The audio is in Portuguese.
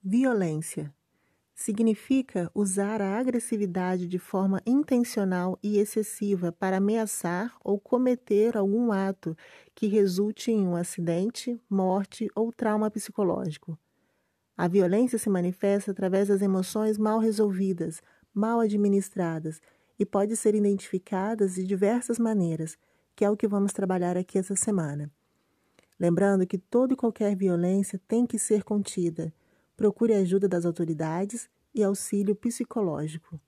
Violência significa usar a agressividade de forma intencional e excessiva para ameaçar ou cometer algum ato que resulte em um acidente, morte ou trauma psicológico. A violência se manifesta através das emoções mal resolvidas, mal administradas e pode ser identificada de diversas maneiras, que é o que vamos trabalhar aqui essa semana. Lembrando que toda e qualquer violência tem que ser contida. Procure a ajuda das autoridades e auxílio psicológico.